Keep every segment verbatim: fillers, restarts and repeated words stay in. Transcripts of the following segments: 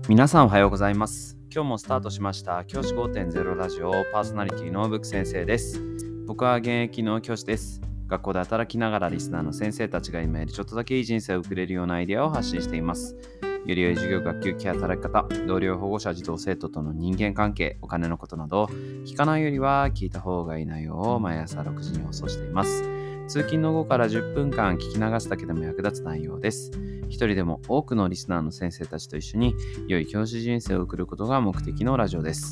皆さんおはようございます。今日もスタートしました教師 ごてんゼロ ラジオパーソナリティのブック先生です。僕は現役の教師です。学校で働きながらリスナーの先生たちが今よりちょっとだけいい人生を送れるようなアイデアを発信しています。より良い授業、学級ケア、働き方、同僚、保護者、児童、生徒との人間関係、お金のことなど聞かないよりは聞いた方がいい内容を毎朝ろくじに放送しています。通勤の後からじゅっぷんかん聞き流すだけでも役立つ内容です。一人でも多くのリスナーの先生たちと一緒に良い教師人生を送ることが目的のラジオです。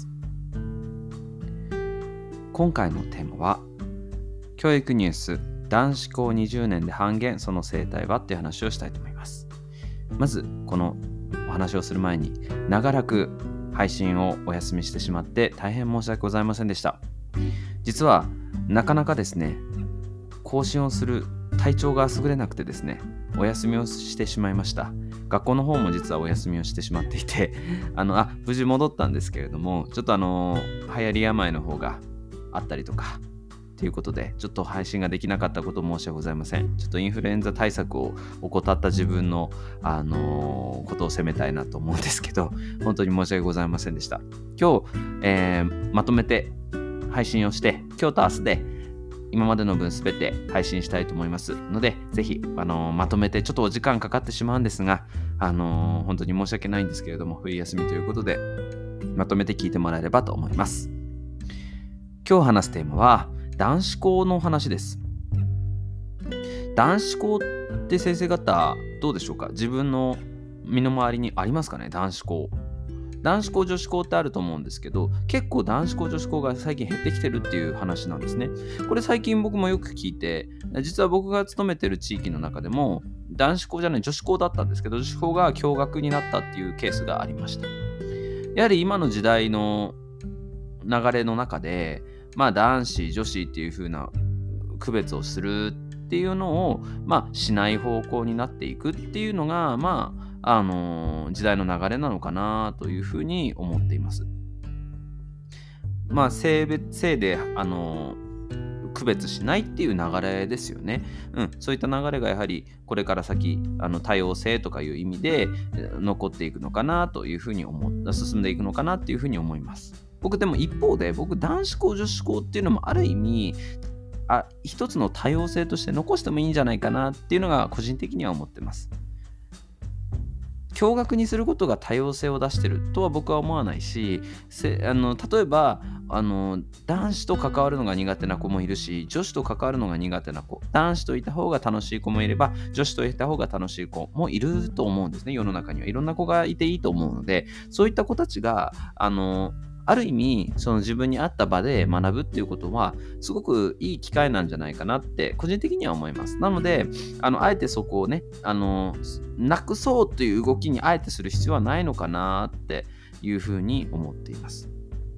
今回のテーマは教育ニュース、男子校にじゅうねんで半減、その生態はっていう話をしたいと思います。まずこのお話をする前に、長らく配信をお休みしてしまって大変申し訳ございませんでした。実はなかなかですね、更新をする体調が優れなくてですね、お休みをしてしまいました。学校の方も実はお休みをしてしまっていて、あのあ無事戻ったんですけれども、ちょっとあの流行り病の方があったりとかということで、ちょっと配信ができなかったこと申し訳ございません。ちょっとインフルエンザ対策を怠った自分の、あのー、ことを責めたいなと思うんですけど、本当に申し訳ございませんでした。今日、えー、まとめて配信をして、今日と明日で今までの分すべて配信したいと思いますので、ぜひ、あのー、まとめて、ちょっとお時間かかってしまうんですが、あのー、本当に申し訳ないんですけれども、冬休みということでまとめて聞いてもらえればと思います。今日話すテーマは男子校の話です。男子校って先生方どうでしょうか？自分の身の回りにありますかね？男子校男子校女子校ってあると思うんですけど、結構男子校女子校が最近減ってきてるっていう話なんですね。これ最近僕もよく聞いて、実は僕が勤めてる地域の中でも男子校じゃない女子校だったんですけど、女子校が共学になったっていうケースがありました。やはり今の時代の流れの中で、まあ男子女子っていう風な区別をするっていうのを、まあしない方向になっていくっていうのが、まああのー、時代の流れなのかなというふうに思っています。まあ性別性で、あのー、区別しないっていう流れですよね。うん、そういった流れがやはりこれから先、あの多様性とかいう意味で残っていくのかなというふうに思っ進んでいくのかなっていうふうに思います。僕でも一方で、僕男子校女子校っていうのもある意味あ一つの多様性として残してもいいんじゃないかなっていうのが個人的には思ってます。共学にすることが多様性を出してるとは僕は思わないし、せあの例えばあの男子と関わるのが苦手な子もいるし、女子と関わるのが苦手な子、男子といた方が楽しい子もいれば、女子といた方が楽しい子もいると思うんですね。世の中にはいろんな子がいていいと思うので、そういった子たちがあのある意味その自分に合った場で学ぶっていうことはすごくいい機会なんじゃないかなって個人的には思います。なのであのあえてそこをね、あのなくそうという動きにあえてする必要はないのかなっていうふうに思っています。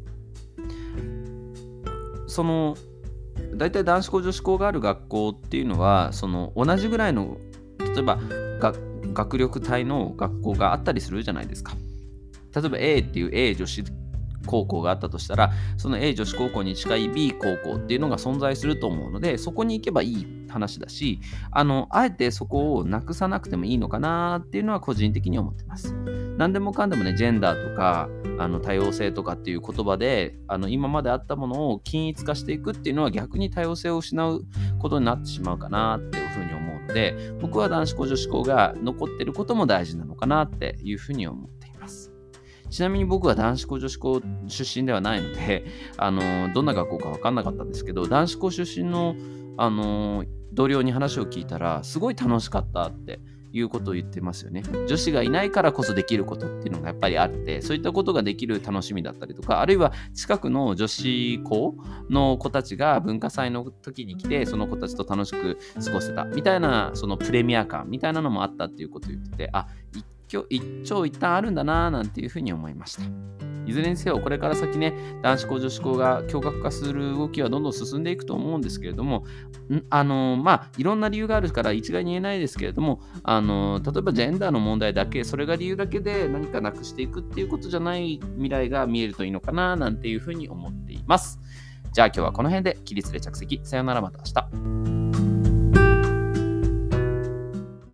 そのだいたい男子校女子校がある学校っていうのは、その同じぐらいの例えばが学力帯の学校があったりするじゃないですか。例えば A っていう A 女子高校があったとしたら、その A 女子高校に近い B 高校っていうのが存在すると思うので、そこに行けばいい話だし、あのあえてそこをなくさなくてもいいのかなっていうのは個人的に思ってます。何でもかんでもね、ジェンダーとかあの多様性とかっていう言葉であの今まであったものを均一化していくっていうのは逆に多様性を失うことになってしまうかなっていうふうに思うので、僕は男子校女子校が残ってることも大事なのかなっていうふうに思っています。ちなみに僕は男子校女子校出身ではないので、あのどんな学校か分かんなかったんですけど、男子校出身の、あの同僚に話を聞いたらすごい楽しかったっていうことを言ってますよね。女子がいないからこそできることっていうのがやっぱりあって、そういったことができる楽しみだったりとか、あるいは近くの女子校の子たちが文化祭の時に来て、その子たちと楽しく過ごせたみたいな、そのプレミア感みたいなのもあったっていうことを言ってて、あ、一長一短あるんだななんていうふうに思いました。いずれにせよこれから先ね、男子校女子校が共学化する動きはどんどん進んでいくと思うんですけれども、んあのまあいろんな理由があるから一概に言えないですけれども、あの例えばジェンダーの問題だけ、それが理由だけで何かなくしていくっていうことじゃない未来が見えるといいのかななんていうふうに思っています。じゃあ今日はこの辺で起立で着席。さよなら、また明日。